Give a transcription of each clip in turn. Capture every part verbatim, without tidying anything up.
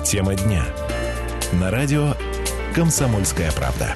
Тема дня. На радио «Комсомольская правда».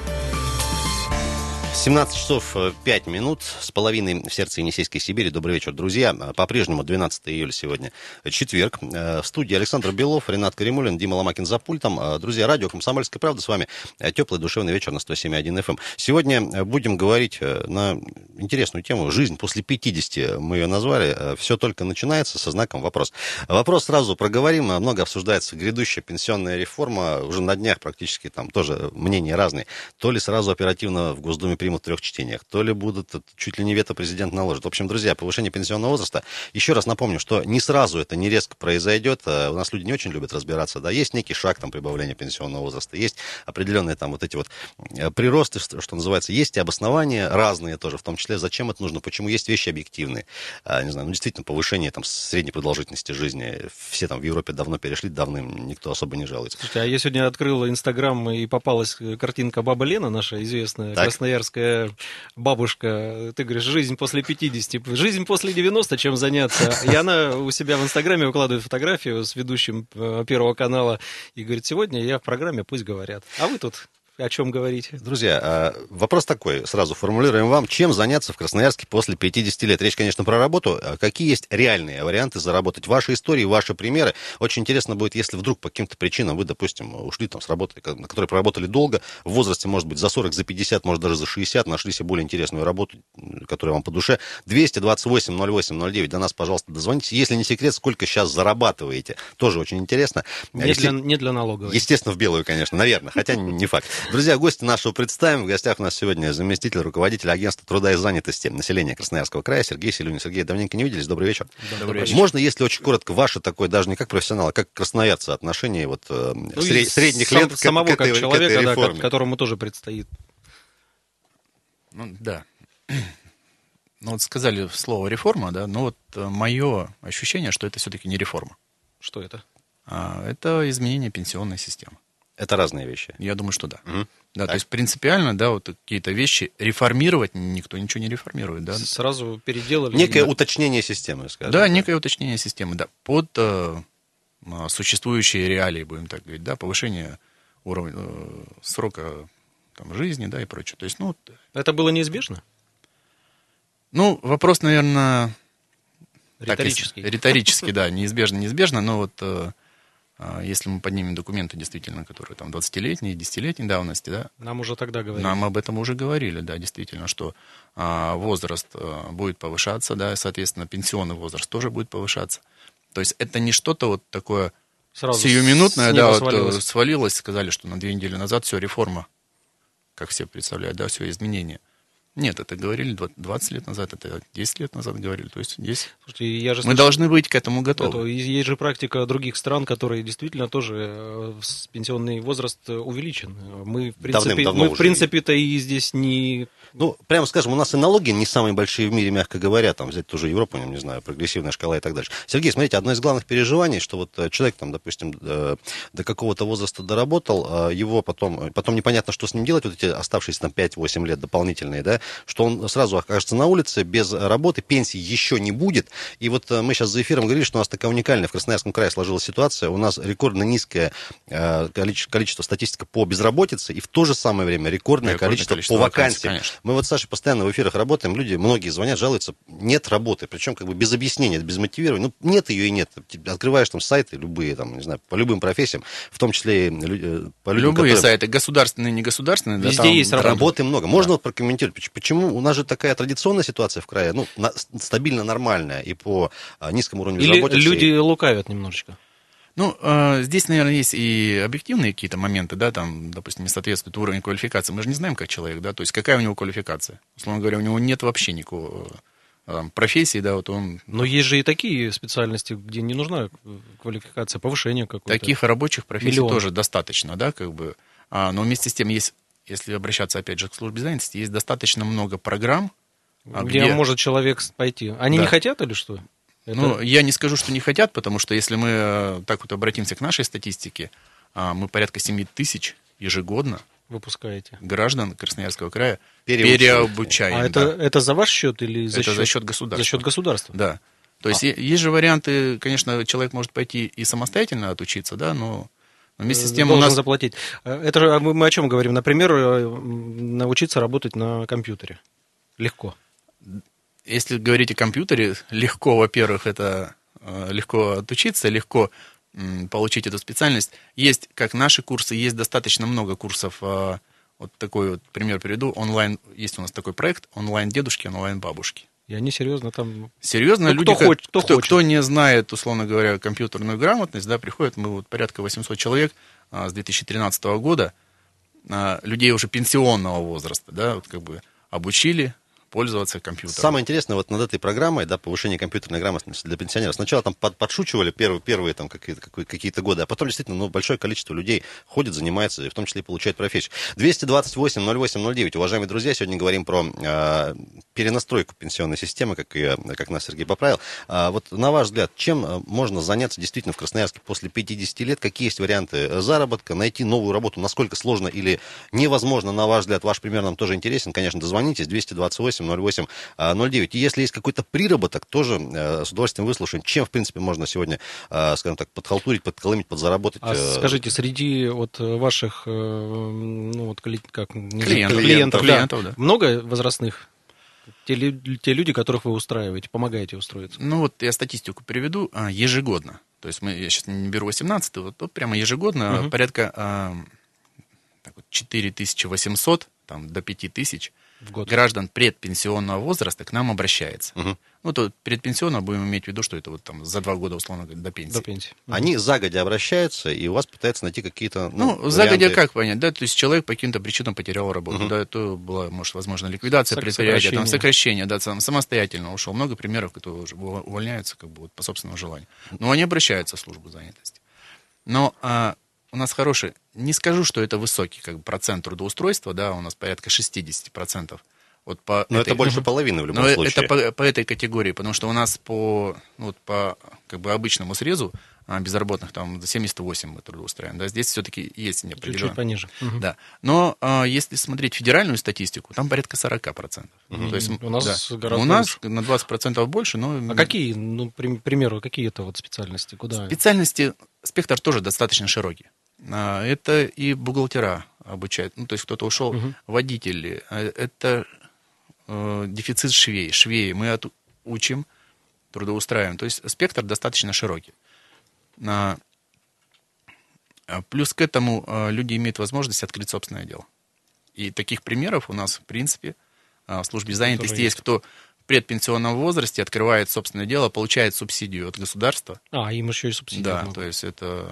семнадцать часов пять минут с половиной в сердце Енисейской Сибири. Добрый вечер, друзья. По-прежнему двенадцатое июля сегодня, четверг. В студии Александр Белов, Ренат Каримулин, Дима Ломакин за пультом. Друзья, радио «Комсомольская правда» с вами. Теплый душевный вечер на сто семь и один эф эм. Сегодня будем говорить на интересную тему. Жизнь после пятидесяти, мы ее назвали. Все только начинается со знаком вопрос. Вопрос сразу проговорим. Много обсуждается грядущая пенсионная реформа. Уже на днях практически там тоже мнения разные. То ли сразу оперативно в Госдуме примут в трех чтениях, то ли будут чуть ли не вето президент наложит. В общем, друзья, повышение пенсионного возраста. Еще раз напомню, что не сразу это не резко произойдет. У нас люди не очень любят разбираться. Да, есть некий шаг там прибавления пенсионного возраста, есть определенные там вот эти вот приросты, что, что называется, есть и обоснования разные тоже, в том числе, зачем это нужно, почему есть вещи объективные. А, не знаю, ну действительно повышение там средней продолжительности жизни. Все там в Европе давно перешли, давным никто особо не жалуется. Слушайте, а я сегодня открыл Инстаграм и попалась картинка Баба Лена, наша известная, так? Красноярская бабушка. Ты говоришь, жизнь после пятидесяти, жизнь после девяноста, чем заняться. И она у себя в Инстаграме выкладывает фотографию с ведущим Первого канала и говорит, сегодня я в программе «Пусть говорят». А вы тут о чем говорите? Друзья, вопрос такой, сразу формулируем вам. Чем заняться в Красноярске после пятидесяти лет? Речь, конечно, про работу. Какие есть реальные варианты заработать? Ваши истории, ваши примеры. Очень интересно будет, если вдруг по каким-то причинам вы, допустим, ушли там с работы, на которой проработали долго, в возрасте, может быть, за сорок, за пятьдесят, может, даже за шестьдесят, нашли себе более интересную работу, которая вам по душе. двести двадцать восемь ноль восемь ноль девять. До нас, пожалуйста, дозвоните. Если не секрет, сколько сейчас зарабатываете? Тоже очень интересно. Не, если... для, не для налоговой. Естественно, в белую, конечно, наверное, хотя не факт. Друзья, гости нашего представим. В гостях у нас сегодня заместитель руководителя агентства труда и занятости населения Красноярского края Сергей Селюнин. Сергей, давненько не виделись. Добрый вечер. Добрый вечер. Можно, если очень коротко, ваше такое, даже не как профессионала, а как красноярца отношение вот, ну, сред... средних сам, лет к, самого к этой, как человека, к этой да, которому тоже предстоит. Ну, да. Ну, вот сказали слово «реформа», да, но вот мое ощущение, что это все-таки не реформа. Что это? А, это изменение пенсионной системы. Это разные вещи. Я думаю, что да. Угу. Да, так. То есть принципиально, да, вот какие-то вещи реформировать никто ничего не реформирует, да. Сразу переделали. Некое уточнение системы, скажем. Да, так. некое уточнение системы, да, под э, существующие реалии, будем так говорить, да, повышение уровня э, срока там, жизни, да, и прочее. То есть, ну, это было неизбежно? Ну, вопрос, наверное, риторический. Так, риторический, да, неизбежно, неизбежно, но вот э, если мы поднимем документы, действительно, которые там двадцатилетние, десятилетней давности, да. Нам уже тогда говорили. Нам об этом уже говорили, да, действительно, что а, возраст а, будет повышаться, да, и, соответственно, пенсионный возраст тоже будет повышаться. То есть это не что-то вот такое сразу сиюминутное, да, вот свалилось. свалилось, сказали, что на две недели назад все, реформа, как все представляют, да, все изменения. Нет, это говорили двадцать лет назад, это десять лет назад говорили. То есть здесь Слушайте, я же мы слышал, должны быть к этому готовы. Есть же практика других стран, которые действительно тоже пенсионный возраст увеличен. Мы, в принципе, мы, в принципе-то и здесь не... Ну, прямо скажем, у нас и налоги не самые большие в мире, мягко говоря, там взять ту же Европу, не знаю, прогрессивная шкала и так дальше. Сергей, смотрите, одно из главных переживаний, что вот человек там, допустим, до какого-то возраста доработал, его потом, потом непонятно, что с ним делать, вот эти оставшиеся там пять-восемь лет дополнительные, да, что он сразу окажется на улице без работы, пенсии еще не будет. И вот мы сейчас за эфиром говорили, что у нас такая уникальная в Красноярском крае сложилась ситуация, у нас рекордно низкое количество, количество статистика по безработице и в то же самое время рекордное, рекордное количество, количество по вакансиям. Вакансий, мы вот с Сашей постоянно в эфирах работаем, люди, многие звонят, жалуются, нет работы, причем как бы без объяснения, без мотивирования, ну нет ее и нет. Открываешь там сайты любые, там, не знаю, по любым профессиям, в том числе и по людям, любые которые... сайты, государственные, негосударственные. Везде да, там есть работа. Работы много. Можно да. вот прокомментировать, почему у нас же такая традиционная ситуация в крае, ну, на, стабильно нормальная и по а, низкому уровню Или безработицы. люди и... лукавят немножечко. Ну, э, здесь, наверное, есть и объективные какие-то моменты, да, там, допустим, не соответствует уровню квалификации. Мы же не знаем, как человек, да, то есть какая у него квалификация. Условно говоря, у него нет вообще никакого э, профессии, да, вот он... Но есть же и такие специальности, где не нужна квалификация, повышение какое-то. Таких рабочих профессий Миллион. тоже достаточно, да, как бы. А, но вместе с тем есть, если обращаться, опять же, к службе занятости, есть достаточно много программ, где, где может человек пойти. Они да. не хотят или что? Это... Ну, я не скажу, что не хотят, потому что если мы так вот обратимся к нашей статистике, мы порядка семь тысяч ежегодно выпускаете граждан Красноярского края Переобучаем. переобучаем. А да. это, это за ваш счет или за это счет? за счет государства. За счет государства. Да. То есть а. есть же варианты, конечно, человек может пойти и самостоятельно отучиться, да, но вместе с тем должен у нас... заплатить. Это же мы о чем говорим? Например, научиться работать на компьютере. Легко. Если говорить о компьютере, легко, во-первых, это легко отучиться, легко получить эту специальность. Есть как наши курсы, есть достаточно много курсов. Вот такой вот пример приведу. Онлайн, есть у нас такой проект онлайн-дедушки, онлайн-бабушки. И они серьезно там... Серьезно, ну, люди, кто, хочет, кто, кто, хочет. кто не знает, условно говоря, компьютерную грамотность, да, приходят, мы вот порядка восемьсот человек а, с две тысячи тринадцатого года, а, людей уже пенсионного возраста, да, вот как бы обучили пользоваться компьютером. Самое интересное вот над этой программой, да, повышение компьютерной грамотности для пенсионеров. Сначала там под, подшучивали первые, первые там какие-то, какие-то годы, а потом действительно ну, большое количество людей ходит, занимается, и в том числе и получает профессию. двести двадцать восемь ноль восемь ноль девять. Уважаемые друзья, сегодня говорим про э, перенастройку пенсионной системы, как, и, как нас Сергей поправил. А вот на ваш взгляд, чем можно заняться действительно в Красноярске после пятидесяти лет? Какие есть варианты заработка? Найти новую работу? Насколько сложно или невозможно, на ваш взгляд? Ваш пример нам тоже интересен. Конечно, дозвонитесь. двести двадцать восемь ноль восемь ноль девять. И если есть какой-то приработок, тоже с удовольствием выслушаем. Чем, в принципе, можно сегодня, скажем так, подхалтурить, подколымить, подзаработать? А скажите, среди вот ваших ну, вот, как, клиентов, клиентов, клиентов, клиентов да. много возрастных? Те, те люди, которых вы устраиваете, помогаете устроиться? Ну вот я статистику приведу ежегодно. То есть мы, я сейчас не беру восемнадцатый, вот, вот прямо ежегодно угу. порядка так вот, четыре тысячи восемьсот там, до пять тысяч в год граждан предпенсионного возраста к нам обращается. Угу. Ну, то предпенсионного будем иметь в виду, что это вот там за два года, условно говоря, до пенсии. До пенсии. Они загодя обращаются, и у вас пытаются найти какие-то Ну, ну загодя как понять, да, то есть человек по каким-то причинам потерял работу, угу. да, это была, может, возможно, ликвидация предприятия, там, сокращение, да, сам, самостоятельно ушел. Много примеров, которые уже увольняются как бы вот, по собственному желанию. Но они обращаются в службу занятости. Но а, у нас хороший, не скажу, что это высокий как бы, процент трудоустройства, да, у нас порядка шестьдесят процентов. Вот по Но этой, это больше половины в любом но случае. Это по, по этой категории, потому что у нас по, ну, вот по как бы, обычному срезу а, безработных там семьдесят восемь мы трудоустраиваем. Да, здесь все-таки есть неопределенность. Чуть-чуть пониже. Угу. Да. Но а, если смотреть федеральную статистику, там порядка сорок процентов. Угу. То есть, у нас да, гораздо у нас больше. на двадцать процентов больше. Но... А какие, ну, к примеру, какие это вот специальности? Куда? Специальности, спектр тоже достаточно широкий. А, это и бухгалтера обучают. Ну, то есть кто-то ушел, угу. водители. Это дефицит швей. Швеи мы от, учим, трудоустраиваем. То есть спектр достаточно широкий. А, плюс к этому а, люди имеют возможность открыть собственное дело. И таких примеров у нас, в принципе, а, в службе занятости есть. есть, кто в предпенсионном возрасте открывает собственное дело, получает субсидию от государства. А, им еще и субсидию. Да, то есть это...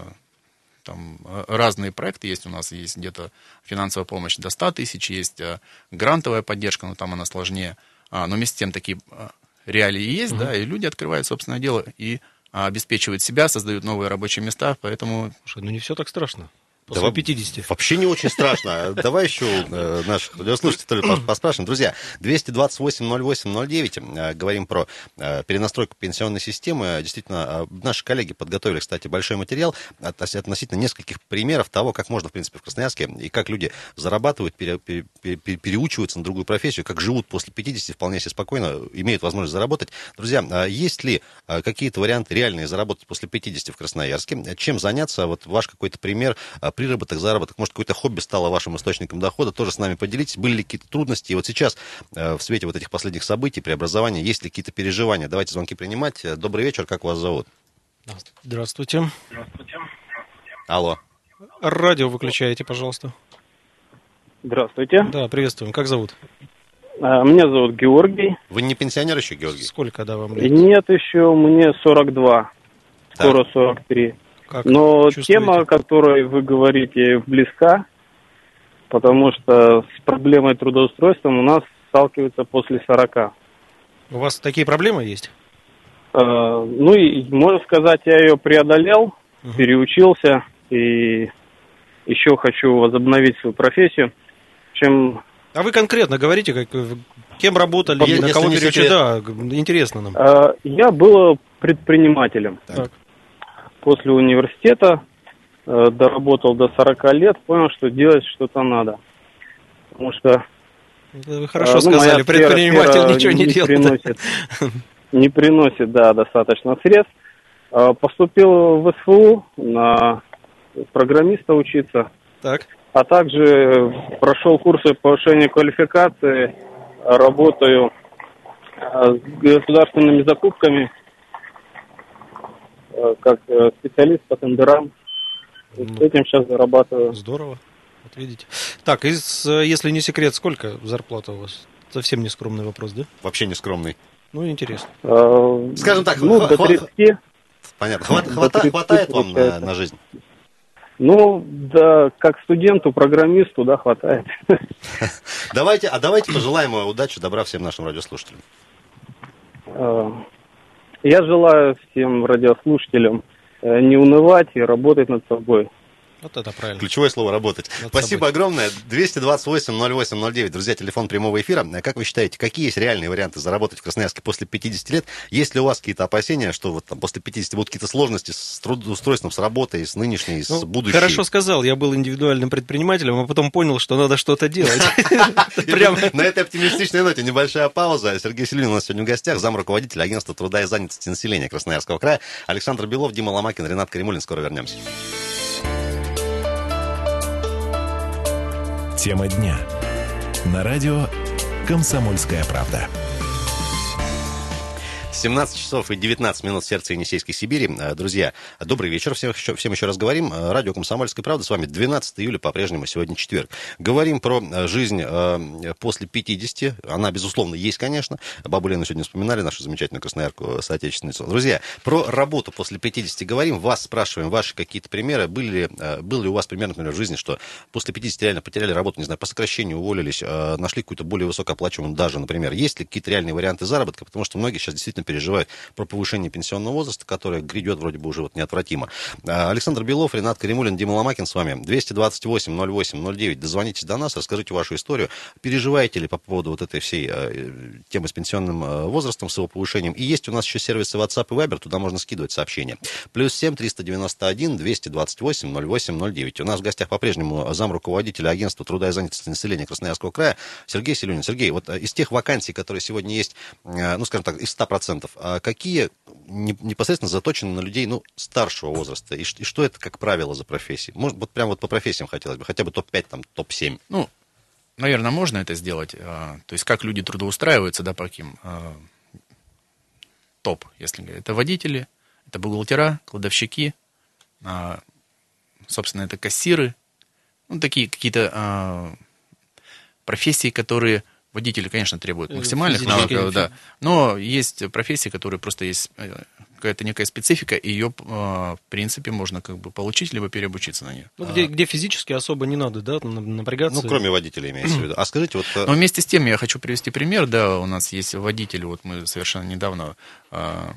Там разные проекты есть у нас, есть где-то финансовая помощь до ста тысяч, есть грантовая поддержка, но там она сложнее. А, но вместе с тем такие реалии есть, угу. да, и люди открывают собственное дело и а, обеспечивают себя, создают новые рабочие места, поэтому... Слушай, ну не все так страшно. После да, пятидесяти. Вообще не очень страшно. Давай еще э, наших радиослушателей поспрашиваем. Друзья, двести двадцать восемь ноль восемь ноль девять. Э, говорим про э, перенастройку пенсионной системы. Действительно, э, наши коллеги подготовили, кстати, большой материал относительно нескольких примеров того, как можно, в принципе, в Красноярске, и как люди зарабатывают, пере, пере, пере, переучиваются на другую профессию, как живут после пятидесяти вполне себе спокойно, имеют возможность заработать. Друзья, э, есть ли э, какие-то варианты реальные заработать после пятидесяти в Красноярске? Чем заняться? Вот ваш какой-то пример, приработок, заработок, может, какое-то хобби стало вашим источником дохода, тоже с нами поделитесь. Были ли какие-то трудности? И вот сейчас, в свете вот этих последних событий, преобразования, есть ли какие-то переживания? Давайте звонки принимать. Добрый вечер, как вас зовут? Здравствуйте. Здравствуйте. Алло. Радио выключаете, пожалуйста. Здравствуйте. Да, приветствуем. Как зовут? Меня зовут Георгий. Вы не пенсионер еще, Георгий? Сколько, да, вам лет? Нет, еще мне сорок два. Скоро сорок три. Как Но чувствуете? тема, о которой вы говорите, близка, потому что с проблемой трудоустройства у нас сталкиваются после сорока. У вас такие проблемы есть? Э, ну, и, можно сказать, я ее преодолел, угу. переучился, и еще хочу возобновить свою профессию. Чем... А вы конкретно говорите, как, кем работали, Если на кого переучили? Да, интересно нам. Э, я был предпринимателем. Так. После университета э, доработал до сорока лет, понял, что делать что-то надо. Потому что... Вы хорошо э, ну, сказали, предприниматель сфера ничего не, не делает. Приносит, не приносит, да, достаточно средств. Э, поступил в СФУ на программиста учиться. Так. А также прошел курсы повышения квалификации, работаю с государственными закупками как специалист по тендерам. С этим сейчас зарабатываю. Здорово. Вот видите. Так, из, если не секрет, сколько зарплата у вас? Совсем не скромный вопрос, да? Вообще не скромный. Ну, интересно. Скажем так, ну, хва- до тридцати. Понятно. Хват- хвата- хватает вам на, на жизнь? Ну, да, как студенту, программисту, да, хватает. Давайте, а давайте пожелаем удачи, добра всем нашим радиослушателям. Я желаю всем радиослушателям не унывать и работать над собой. Вот это правильно. Ключевое слово «работать». Над Спасибо собой. огромное. двести двадцать восемь ноль восемь ноль девять, друзья, телефон прямого эфира. Как вы считаете, какие есть реальные варианты заработать в Красноярске после пятидесяти лет? Есть ли у вас какие-то опасения, что вот там после пятидесяти будут какие-то сложности с трудоустройством, с работой, с нынешней, с Ну, будущей? хорошо сказал, я был индивидуальным предпринимателем, а потом понял, что надо что-то делать. Прям На этой оптимистичной ноте небольшая пауза. Сергей Селюнин у нас сегодня в гостях, замруководитель агентства труда и занятости населения Красноярского края. Александр Белов, Дима Ломакин, Ренат Каримулин. Скоро вернемся. Тема дня. На радио «Комсомольская правда». семнадцать часов и девятнадцать минут в сердце Енисейской Сибири. Друзья, добрый вечер. Всем еще, всем еще раз говорим. Радио «Комсомольская правда». С вами двенадцатого июля, по-прежнему сегодня четверг. Говорим про жизнь после пятидесяти. Она, безусловно, есть, конечно. Бабу Лену сегодня вспоминали, нашу замечательную красноярку, соотечественницу. Друзья, про работу после пятидесяти говорим. Вас спрашиваем, ваши какие-то примеры. Были ли, был ли у вас пример, например, в жизни, что после пятидесяти реально потеряли работу, не знаю, по сокращению уволились, нашли какую-то более высокооплачиваемую даже, например. Есть ли какие-то реальные варианты заработка? Потому что многие сейчас действительно переживают про повышение пенсионного возраста, которое грядет вроде бы уже вот неотвратимо. Александр Белов, Ренат Каримулин, Дима Ломакин с вами. двести двадцать восемь ноль восемь ноль девять. Дозвонитесь до нас, расскажите вашу историю. Переживаете ли по поводу вот этой всей темы с пенсионным возрастом, с его повышением? И есть у нас еще сервисы WhatsApp и Viber, туда можно скидывать сообщения. Плюс семь триста девяносто один двести двадцать восемь ноль восемь ноль девять. У нас в гостях по-прежнему замруководителя агентства труда и занятости населения Красноярского края Сергей Селюнин. Сергей, вот из тех вакансий, которые сегодня есть, ну, скажем так, из ста процентов, какие непосредственно заточены на людей, ну, старшего возраста? И, и что это, как правило, за профессии? Может, вот прям вот по профессиям хотелось бы, хотя бы топ пять, там, топ семь. Ну, наверное, можно это сделать. То есть, как люди трудоустраиваются, да, по каким топ, если говорить. Это водители, это бухгалтера, кладовщики, собственно, это кассиры. Ну, такие какие-то профессии, которые... Водители, конечно, требуют максимальных навыков, да. Но есть профессии, которые просто есть какая-то некая специфика, и ее, в принципе, можно как бы получить, либо переобучиться на нее. Ну, где, где физически особо не надо, да, напрягаться. Ну, кроме водителей, имеется в виду. А скажите, вот... Но вместе с тем я хочу привести пример, да, у нас есть водитель, вот мы совершенно недавно а,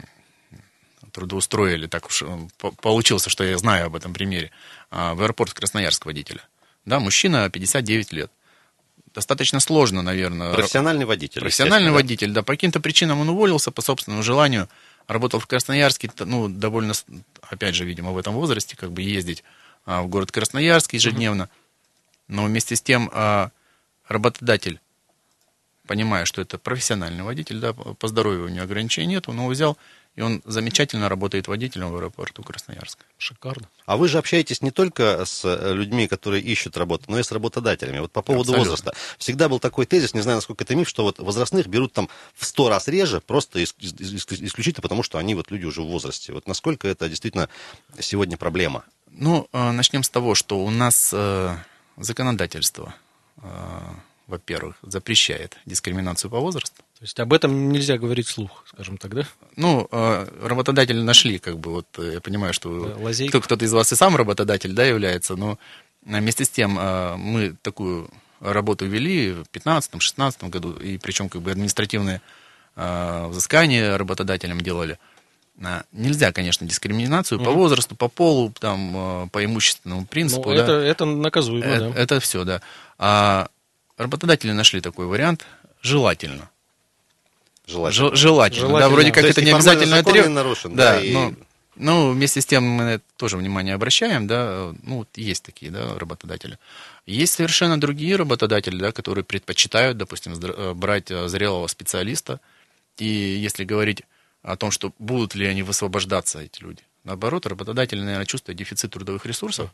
трудоустроили, так уж получилось, что я знаю об этом примере, а, в аэропорт Красноярск водителя. Да, мужчина, пятьдесят девять лет. Достаточно сложно, наверное. Профессиональный водитель. Профессиональный да? водитель, да. По каким-то причинам он уволился, по собственному желанию. Работал в Красноярске, ну, довольно, опять же, видимо, в этом возрасте, как бы ездить а, в город Красноярск ежедневно. Но вместе с тем а, работодатель, понимая, что это профессиональный водитель, да, по здоровью у него ограничений нет, он его взял, и он замечательно работает водителем в аэропорту Красноярска. Шикарно. А вы же общаетесь не только с людьми, которые ищут работу, но и с работодателями. Вот по поводу Абсолютно. возраста. Всегда был такой тезис, не знаю, насколько это миф, что вот возрастных берут там в сто раз реже, просто исключительно потому, что они вот люди уже в возрасте. Вот насколько это действительно сегодня проблема? Ну, начнем с того, что у нас законодательство, во-первых, запрещает дискриминацию по возрасту. То есть об этом нельзя говорить вслух, скажем так, да? Ну, работодатели нашли, как бы, вот, я понимаю, что да, кто, кто-то из вас и сам работодатель, да, является, но вместе с тем мы такую работу вели в пятнадцатом-шестнадцатом году, и причем, как бы, административные взыскания работодателям делали. Нельзя, конечно, дискриминацию угу. по возрасту, по полу, там, по имущественному принципу. Ну, да. это, это наказуемо, это, да. Это все, да. А работодатели нашли такой вариант, желательно. Желательно. Ж, желательно. желательно. Да, вроде как то это есть не обязательно требует. нарушен, да, да, и... но, но вместе с тем мы тоже внимание обращаем, да, ну, есть такие, да, работодатели. Есть совершенно другие работодатели, да, которые предпочитают, допустим, брать зрелого специалиста, и если говорить о том, что будут ли они высвобождаться, эти люди, Наоборот, работодатели, наверное, чувствуют дефицит трудовых ресурсов.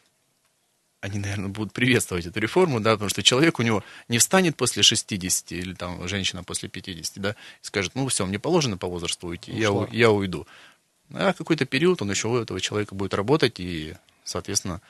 Они, наверное, будут приветствовать эту реформу, да, потому что человек у него не встанет после шестидесяти, или там женщина после пятидесяти, да, и скажет, ну все, мне положено по возрасту уйти, я, я уйду. А какой-то период он еще у этого человека будет работать, и, соответственно,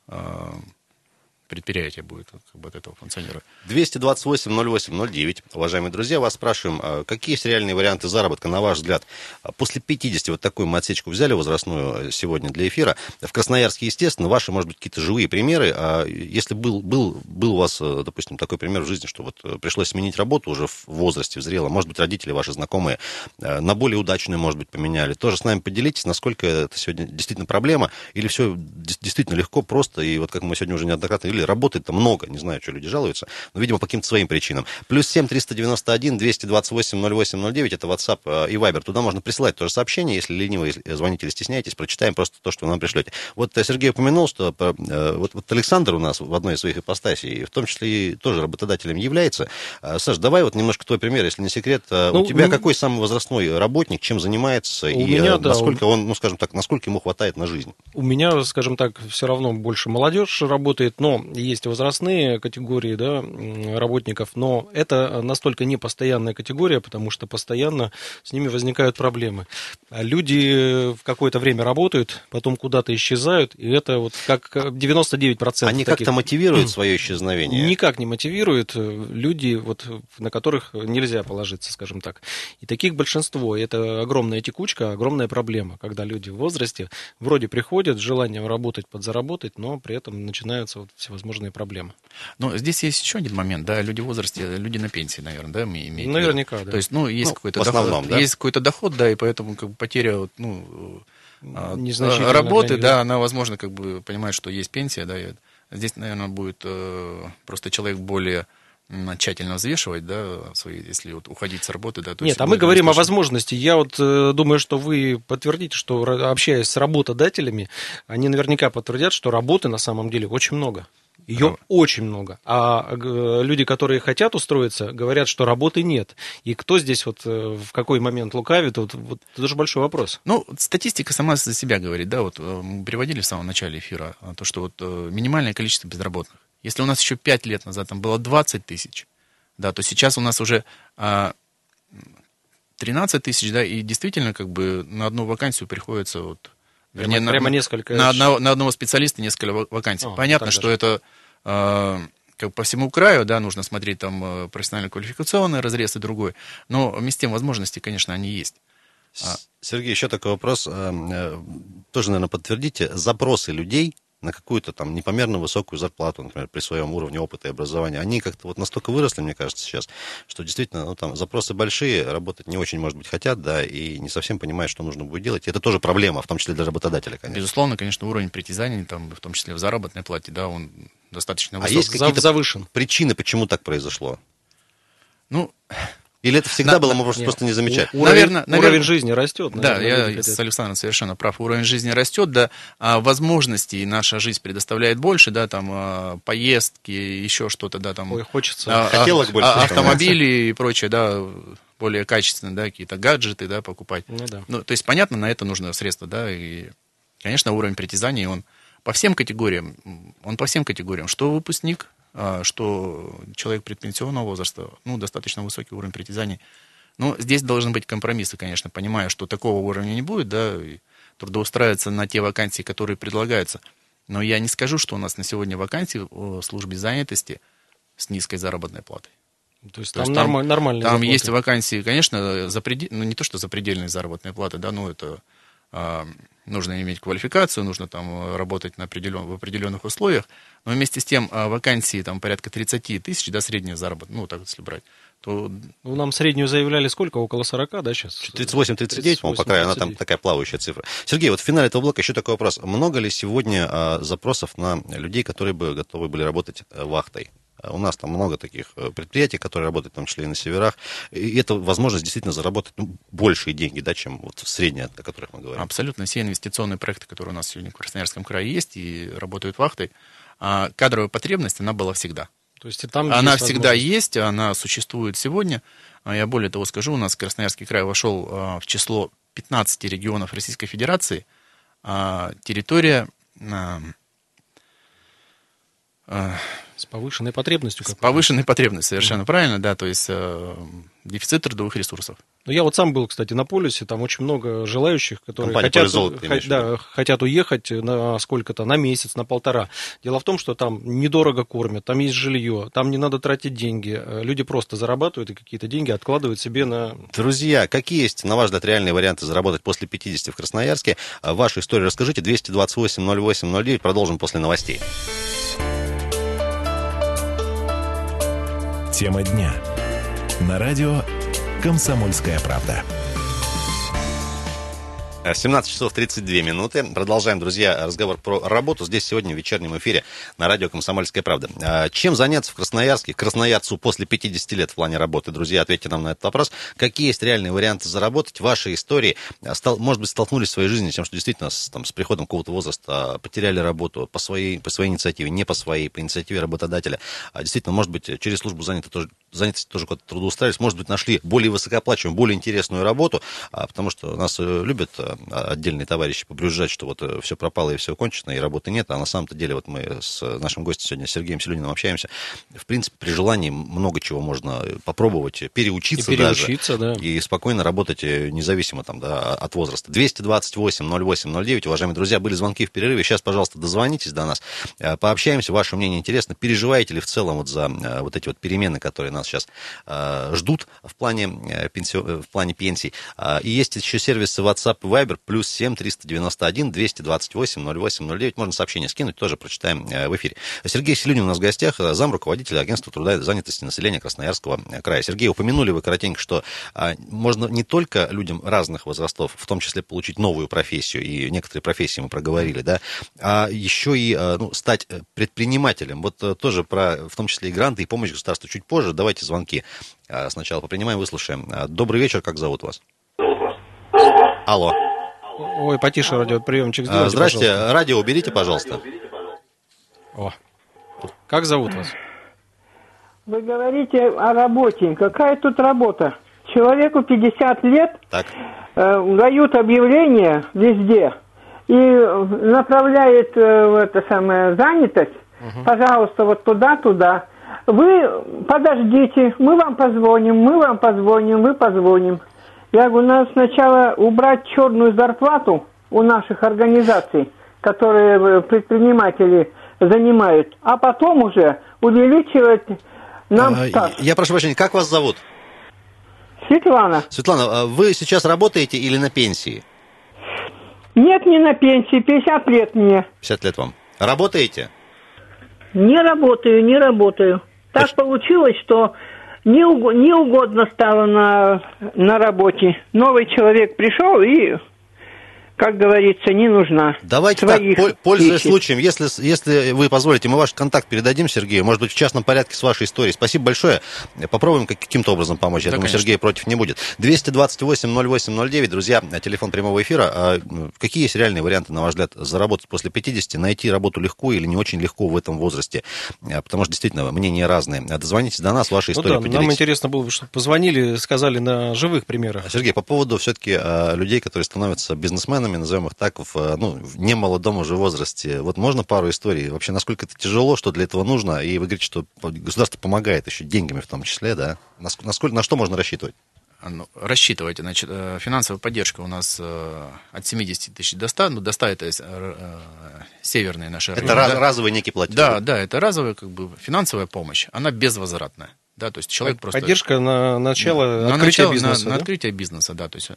предприятие будет как бы от этого функционировать. двести двадцать восемь ноль восемь ноль девять. Уважаемые друзья, вас спрашиваем, какие есть реальные варианты заработка, на ваш взгляд? После пятидесяти, вот такую мы отсечку взяли возрастную сегодня для эфира. В Красноярске, естественно, ваши, может быть, какие-то живые примеры. А если был, был, был у вас, допустим, такой пример в жизни, что вот пришлось сменить работу уже в возрасте, в зрелом, может быть, родители ваши знакомые на более удачную, может быть, поменяли. Тоже с нами поделитесь, насколько это сегодня действительно проблема, или все действительно легко, просто, и вот как мы сегодня уже неоднократно говорили, работает-то много, не знаю, что люди жалуются, но, видимо, по каким-то своим причинам. Плюс семь триста девяносто один двести двадцать восемь ноль восемь ноль девять, это WhatsApp и Viber. Туда можно присылать тоже сообщение, если лениво звоните или стесняетесь, прочитаем просто то, что вы нам пришлете. Вот Сергей упомянул, что вот, вот Александр у нас в одной из своих ипостасей, в том числе и тоже работодателем является. Саш, давай вот немножко твой пример, если не секрет. Ну, у тебя ну, какой самый возрастной работник, чем занимается, и меня, насколько да, он, ну, скажем так, насколько ему хватает на жизнь? У меня, скажем так, все равно больше молодежь работает, но есть возрастные категории, да, работников, но это настолько непостоянная категория, потому что постоянно с ними возникают проблемы. Люди в какое-то время работают, потом куда-то исчезают, и это вот как девяносто девять процентов Они таких... как-то мотивируют свое исчезновение? Никак не мотивируют. Люди, вот, на которых нельзя положиться, скажем так. И таких большинство. И это огромная текучка, огромная проблема, когда люди в возрасте вроде приходят с желанием работать, подзаработать, но при этом начинаются вот всевозможные проблемы. Но здесь есть еще один момент, да, люди в возрасте, люди на пенсии, наверное, да, мы имеем. Наверняка, да. То есть, ну, есть ну, какой-то в основном, доход, да? есть какой-то доход, да, и поэтому как бы потеря, ну, для работы, да, она, возможно, как бы понимает, что есть пенсия, да, и здесь, наверное, будет э, просто человек более тщательно взвешивать, да, свои, если вот уходить с работы, да. То Нет, есть а мы говорим о возможности. Я вот э, думаю, что вы подтвердите, что, общаясь с работодателями, они наверняка подтвердят, что работы на самом деле очень много. Ее а... очень много. А люди, которые хотят устроиться, говорят, что работы нет. И кто здесь вот в какой момент лукавит, вот, вот это же большой вопрос. Ну, статистика сама за себя говорит, да, вот мы приводили в самом начале эфира, то, что вот минимальное количество безработных. Если у нас еще пять лет назад там было двадцать тысяч, да, то сейчас у нас уже а, тринадцать тысяч, да, и действительно как бы на одну вакансию приходится вот... Вернее, прямо, на, прямо несколько... На одного, на одного специалиста несколько вакансий. О, Понятно, что даже. это э, как по всему краю, да, нужно смотреть там профессионально-квалификационный разрез и другой, но вместе с тем возможности, конечно, они есть. Сергей, еще такой вопрос, тоже, наверное, подтвердите, запросы людей на какую-то там непомерно высокую зарплату, например, при своем уровне опыта и образования, они как-то вот настолько выросли, мне кажется, сейчас, что действительно, ну, там, запросы большие, работать не очень, может быть, хотят, да, и не совсем понимают, что нужно будет делать. И это тоже проблема, в том числе для работодателя, конечно. Безусловно, конечно, уровень притязаний, там, в том числе в заработной плате, да, он достаточно высок. А есть какие-то завышен. причины, почему так произошло? Ну... Или это всегда на, было, мы просто, просто не замечали? Уровень, наверное, наверное, уровень жизни растет. Наверное, да, я с Александром совершенно прав. Уровень жизни растет, да, а возможностей наша жизнь предоставляет больше, да, там поездки, еще что-то, да, там. Ой, хочется. А, Хотелок а, больше. А, автомобили и прочее, да, более качественные, да, какие-то гаджеты, да, покупать. Ну, да. Ну, то есть, понятно, на это нужно средства, да, и, конечно, уровень притязаний, он по всем категориям, он по всем категориям, что выпускник, что человек предпенсионного возраста, ну, достаточно высокий уровень притязаний. Но здесь должны быть компромиссы, конечно, понимая, что такого уровня не будет, да, и трудоустраиваться на те вакансии, которые предлагаются. Но я не скажу, что у нас на сегодня вакансии в службе занятости с низкой заработной платой. То есть, То там, есть там нормаль, нормальные Там заработки. Есть вакансии, конечно, запредел... ну, не то, что запредельные заработные платы, да, но это а, нужно иметь квалификацию, нужно там работать на определен... в определенных условиях. Но вместе с тем вакансии там порядка тридцать тысяч, да, средняя заработная, ну, так вот, если брать, то... Ну, нам среднюю заявляли сколько? Около сорока, да, сейчас? тридцать восемь тридцать девять, по-моему, по краю, она там такая плавающая цифра. Сергей, вот в финале этого блока еще такой вопрос. Много ли сегодня а, запросов на людей, которые бы готовы были работать вахтой? У нас там много таких предприятий, которые работают в том числе и на северах. И это возможность действительно заработать, ну, большие деньги, да, чем вот средние, о которых мы говорим. Абсолютно. Все инвестиционные проекты, которые у нас сегодня в Красноярском крае есть и работают вахтой, а кадровая потребность, она была всегда. То есть и там она есть всегда есть, она существует сегодня. Я более того скажу, у нас Красноярский край вошел в число пятнадцати регионов Российской Федерации, а, территория... А, а, С повышенной потребностью. С повышенной потребностью, совершенно mm-hmm. правильно, да, то есть э, дефицит трудовых ресурсов. Ну, я вот сам был, кстати, на полюсе, там очень много желающих, которые Компания хотят, золото, х, да, хотят уехать на сколько-то, на месяц, на полтора. Дело в том, что там недорого кормят, там есть жилье, там не надо тратить деньги. Люди просто зарабатывают и какие-то деньги откладывают себе на... Друзья, какие есть, на ваш взгляд, реальные варианты заработать после пятидесяти в Красноярске? Вашу историю расскажите. двести двадцать восемь ноль восемь ноль девять. Продолжим после новостей. Тема дня. На радио «Комсомольская правда». семнадцать часов тридцать две минуты. Продолжаем, друзья, разговор про работу. Здесь сегодня в вечернем эфире на радио «Комсомольская правда». Чем заняться в Красноярске, красноярцу после пятидесяти лет в плане работы? Друзья, ответьте нам на этот вопрос. Какие есть реальные варианты заработать? Ваши истории, может быть, столкнулись в своей жизни с тем, что действительно с, там, с приходом какого-то возраста потеряли работу по своей, по своей инициативе, не по своей, по инициативе работодателя. Действительно, может быть, через службу занятости тоже, занятости тоже куда-то трудоустраивались, может быть, нашли более высокооплачиваемую, более интересную работу, потому что нас любят отдельные товарищи побрюзжать, что вот все пропало и все кончено, и работы нет, а на самом-то деле вот мы с нашим гостем сегодня, Сергеем Селюниным, общаемся. В принципе, при желании много чего можно попробовать, переучиться, и переучиться даже, да. И спокойно работать независимо там, да, от возраста. двести двадцать восемь ноль восемь ноль девять, уважаемые друзья, были звонки в перерыве, сейчас, пожалуйста, дозвонитесь до нас, пообщаемся, ваше мнение интересно, переживаете ли в целом вот за вот эти вот перемены, которые нас сейчас ждут в плане, пенси... в плане пенсий. И есть еще сервисы WhatsApp и Viber, плюс семь триста девяносто один двести двадцать восемь ноль восемь ноль девять. Можно сообщение скинуть, тоже прочитаем в эфире. Сергей Селюнин у нас в гостях, зам руководителя агентства труда и занятости населения Красноярского края. Сергей, упомянули вы коротенько, что можно не только людям разных возрастов, в том числе получить новую профессию, и некоторые профессии мы проговорили, да, а еще и ну, стать предпринимателем. Вот тоже про, в том числе и гранты, и помощь государству чуть позже. Давайте звонки сначала попринимаем, выслушаем. Добрый вечер, как зовут вас? Алло. Ой, потише радиоприемчик сделайте, Здрасте, пожалуйста. Радио уберите, пожалуйста. О. Как зовут вас? Вы говорите о работе. Какая тут работа? Человеку пятьдесят лет, так. Э, дают объявления везде и направляет э, это самое, занятость, угу. Пожалуйста, вот туда-туда. Вы подождите, мы вам позвоним, мы вам позвоним, мы позвоним. Я говорю, надо сначала убрать черную зарплату у наших организаций, которые предприниматели занимают, а потом уже увеличивать нам а, стаж. Я прошу прощения, как вас зовут? Светлана. Светлана, вы сейчас работаете или на пенсии? Нет, не на пенсии, пятьдесят лет мне. пятьдесят лет вам. Работаете? Не работаю, не работаю. Так Точно. Получилось, что не, уг... не угодно стало на, на работе. Новый человек пришел и, как говорится, не нужна. Давайте так, пользуясь ищет. случаем, если, если вы позволите, мы ваш контакт передадим Сергею, может быть, в частном порядке с вашей историей. Спасибо большое. Попробуем каким-то образом помочь. Я да, думаю, конечно. Сергей против не будет. двести двадцать восемь ноль восемь ноль девять, друзья, телефон прямого эфира. Какие есть реальные варианты, на ваш взгляд, заработать после пятидесяти, найти работу легко или не очень легко в этом возрасте? Потому что, действительно, мнения разные. Дозвонитесь до нас, ваши истории ну да, поделитесь. Нам интересно было бы, чтобы позвонили, сказали на живых примерах. Сергей, по поводу все-таки людей, которые становятся бизнесменами, назовем их так, в, ну, в немолодом уже возрасте. Вот можно пару историй? Вообще, насколько это тяжело, что для этого нужно? И вы говорите, что государство помогает еще деньгами в том числе, да? Насколько, на что можно рассчитывать? Ну, рассчитывайте. Значит, финансовая поддержка у нас от семидесяти тысяч до ста. Ну, до ста это северные наши районы. Это раз, разовый некий платеж? Да, да, это разовая как бы финансовая помощь. Она безвозвратная. Да, то есть человек просто... Поддержка на начало на открытия начало, бизнеса, на, да? на открытие бизнеса, да. То есть,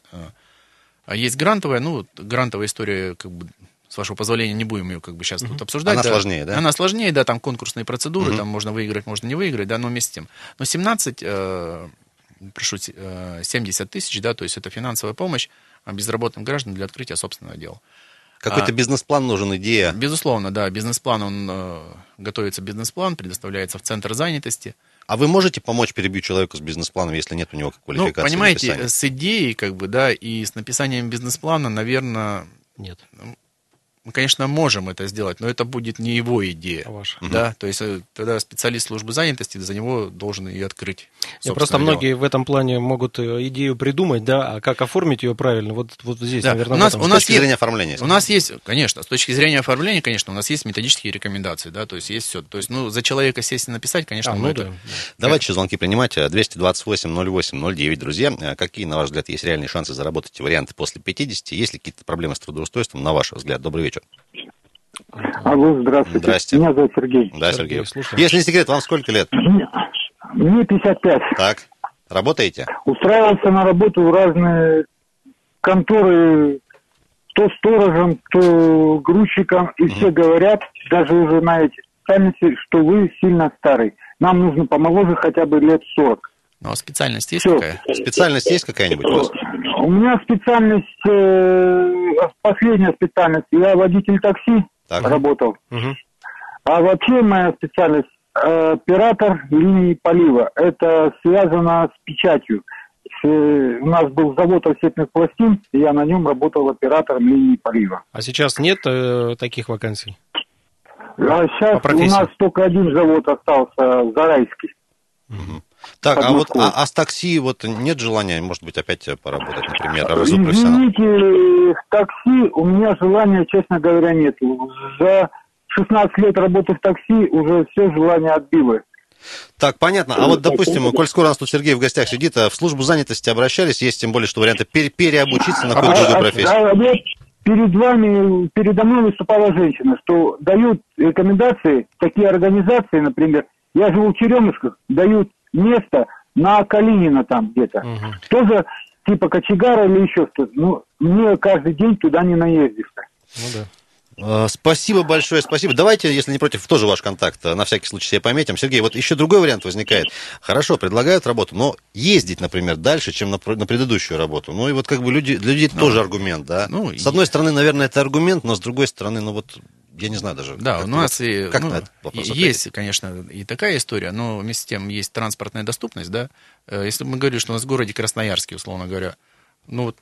а есть грантовая, ну, грантовая история, как бы, с вашего позволения, не будем ее как бы сейчас uh-huh. тут обсуждать. Она да. сложнее, да? Она сложнее, да, там конкурсные процедуры, uh-huh. там можно выиграть, можно не выиграть, да, но вместе с тем. Но семнадцать, э, прошу, э, семьдесят тысяч, да, то есть это финансовая помощь безработным гражданам для открытия собственного дела. Какой-то а, бизнес-план нужен, идея? Безусловно, да, бизнес-план, он э, готовится бизнес-план, предоставляется в центр занятости. А вы можете помочь, перебью человеку с бизнес-планом, если нет у него квалификации? Ну, понимаете, написания? С идеей, как бы, да, и с написанием бизнес-плана, наверное... Нет. мы, конечно, можем это сделать, но это будет не его идея. А ваша. Да? Угу. То есть тогда специалист службы занятости за него должен и открыть. Нет, просто дело. Многие в этом плане могут идею придумать, да, а как оформить ее правильно, вот, вот здесь, да. наверное, у нас, в у нас с точки есть, зрения оформления. У нас есть, конечно, с точки зрения оформления, конечно, у нас есть методические рекомендации, да, то есть есть все. То есть, ну, за человека сесть и написать, конечно, а, ну, ну, это... да. Давайте еще звонки принимать. двести двадцать восемь ноль восемь ноль девять, друзья. Какие, на ваш взгляд, есть реальные шансы заработать варианты после пятидесяти? Есть ли какие-то проблемы с трудоустройством, на ваш взгляд? Добрый вечер. Алло, здравствуйте. Здрасте. Меня зовут Сергей. Да, Сергей. Сергей, Если не секрет, вам сколько лет? Мне пятьдесят пять. Так. Работаете? Устраивался на работу в разные конторы, то сторожем, то грузчиком, и mm-hmm. все говорят, даже уже на эти специальности, что вы сильно старый. Нам нужно помоложе хотя бы лет сорок. Ну, а специальность есть Все. какая? Специальность есть какая-нибудь у вас? У меня специальность, э, последняя специальность, я водитель такси так. работал. Угу. А вообще моя специальность э, оператор линии полива. Это связано с печатью. С, э, у нас был завод офсетных пластин, и я на нем работал оператором линии полива. А сейчас нет э, таких вакансий? А сейчас у нас только один завод остался, Зарайский. Угу. Так, а вот а, а с такси вот нет желания, может быть, опять поработать, например, профессионал? Извините, в такси у меня желания, честно говоря, нет. За шестнадцать лет работы в такси уже все желание отбило. Так, понятно. А вот, допустим, коль скоро у нас тут Сергей в гостях сидит, в службу занятости обращались, есть тем более, что варианты пере- переобучиться на какую-то другую профессию? А, а, а вот перед вами, передо мной выступала женщина, что дают рекомендации, такие организации, например, я живу в Черемушках, дают место на Калинина там где-то. Угу. Тоже типа кочегара или еще что-то. Ну, мне каждый день туда не наездишься. Ну да. Спасибо большое, спасибо. Давайте, если не против, тоже ваш контакт на всякий случай себе пометим. Сергей, вот еще другой вариант возникает. Хорошо, предлагают работу, но ездить, например, дальше, чем на, на предыдущую работу. Ну и вот как бы люди, для людей ну, тоже аргумент, да? Ну, с одной и... стороны, наверное, это аргумент, но с другой стороны, ну вот, я не знаю даже. Да, у нас вот, и, как ну, на этот вопрос есть, ответить? конечно, и такая история, но вместе с тем есть транспортная доступность, да. Если мы говорим, что у нас в городе Красноярске, условно говоря, ну вот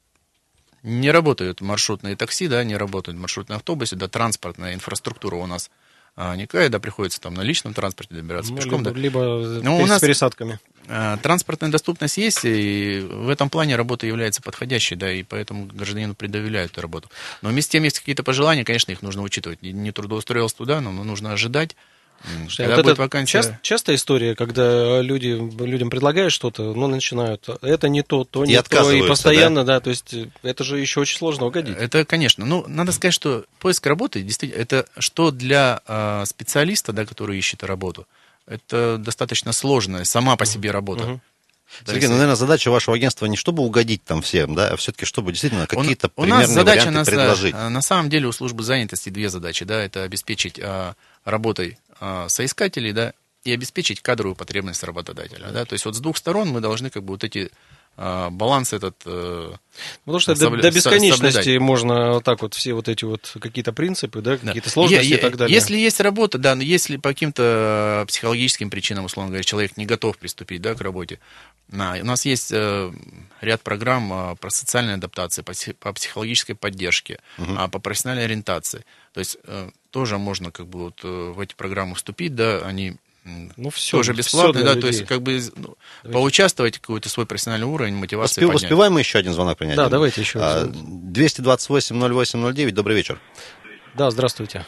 не работают маршрутные такси, да, не работают маршрутные автобусы, да, транспортная инфраструктура у нас а, никакая, да, приходится там на личном транспорте добираться, ну, пешком, либо, да. Либо но у нас с пересадками. А, транспортная доступность есть, и в этом плане работа является подходящей, да, и поэтому гражданину предоверяют эту работу. Но вместе с тем есть какие-то пожелания, конечно, их нужно учитывать. Не, не трудоустроился туда, но нужно ожидать. Когда вот будет вакансия... част, частая история, когда люди, людям предлагают что-то, но начинают, это не то, то не и то, и постоянно, да? да, то есть это же еще очень сложно угодить. Это, конечно, ну, надо сказать, что поиск работы, действительно, это что для э, специалиста, да, который ищет работу, это достаточно сложная сама по себе работа. Uh-huh. Да, Сергей, ну, наверное, задача вашего агентства не чтобы угодить там всем, да, а все-таки чтобы действительно какие-то у, примерные у нас задача варианты нас, предложить. На самом деле у службы занятости две задачи, да, это обеспечить а, работой а, соискателей, да, и обеспечить кадровую потребность работодателя, да, то есть вот с двух сторон мы должны как бы вот эти а, баланс этот а, потому что собля- до, до бесконечности соблюдать. Можно вот так вот все вот эти вот какие-то принципы, да, какие-то да. сложности я, я, и так далее. Если есть работа, да, но если по каким-то психологическим причинам, условно говоря, человек не готов приступить, да, к работе, на, у нас есть э, ряд программ э, про социальную адаптацию, по, по психологической поддержке, угу. э, по профессиональной ориентации. То есть э, тоже можно как бы вот, э, в эти программы вступить, да, они ну, все, тоже бесплатные, да, людей. То есть как бы ну, поучаствовать, какой-то свой профессиональный уровень, мотивацию Успе, Успеваем мы еще один звонок принять? Да, давайте еще. А, двести двадцать восемь ноль восемь ноль девять, добрый вечер. Да, здравствуйте.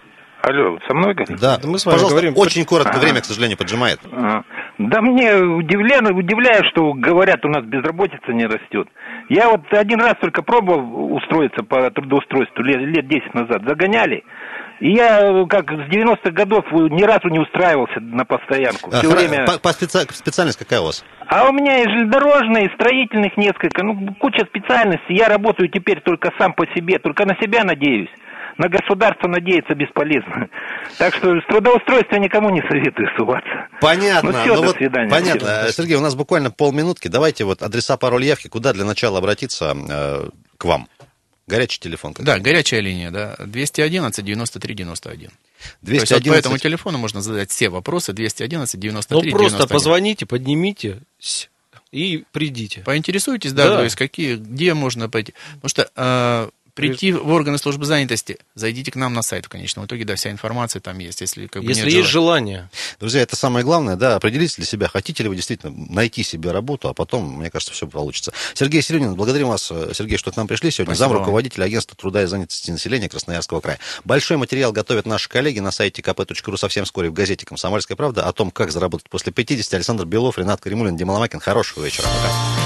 Алло, со мной говорите? Да, да мы с вами пожалуйста, говорим. Очень коротко, а-а-а. Время, к сожалению, поджимает. А-а-а. Да мне удивляет, удивляет, что говорят, у нас безработица не растет. Я вот один раз только пробовал устроиться по трудоустройству, лет, лет десять назад, загоняли. И я, как с девяностых годов, ни разу не устраивался на постоянку. Все а, время... по, по специ... Специальность какая у вас? А у меня и железнодорожная, и строительных несколько, ну, куча специальностей. Я работаю теперь только сам по себе, только на себя надеюсь. На государство надеяться бесполезно. Так что с трудоустройства никому не советую суваться. Понятно. Ну все, ну до вот свидания. Понятно. Спасибо. Сергей, у нас буквально полминутки. Давайте вот адреса, пароль, явки. Куда для начала обратиться э, к вам? Горячий телефон. Да, горячая линия, да. двести одиннадцать девяносто три девяносто один. двести одиннадцать... То есть вот по этому телефону можно задать все вопросы. двести одиннадцать девяносто три девяносто один. Ну просто позвоните, поднимите и придите. Поинтересуйтесь, да, да. То есть какие, где можно пойти. Потому что... Э, Прийти в органы службы занятости, зайдите к нам на сайт в конечном итоге, да, вся информация там есть. Если, как бы, если нет есть желания. желание. Друзья, это самое главное, да, определитесь для себя, хотите ли вы действительно найти себе работу, а потом, мне кажется, все получится. Сергей Серюнин, благодарим вас, Сергей, что к нам пришли сегодня. Зам руководителя агентства труда и занятости населения Красноярского края. Большой материал готовят наши коллеги на сайте ка пэ точка ру совсем вскоре в газете «Комсомольская правда» о том, как заработать после пятидесяти. Александр Белов, Ренат Каримуллин, Дима Ломакин. Хорошего вечера. Пока.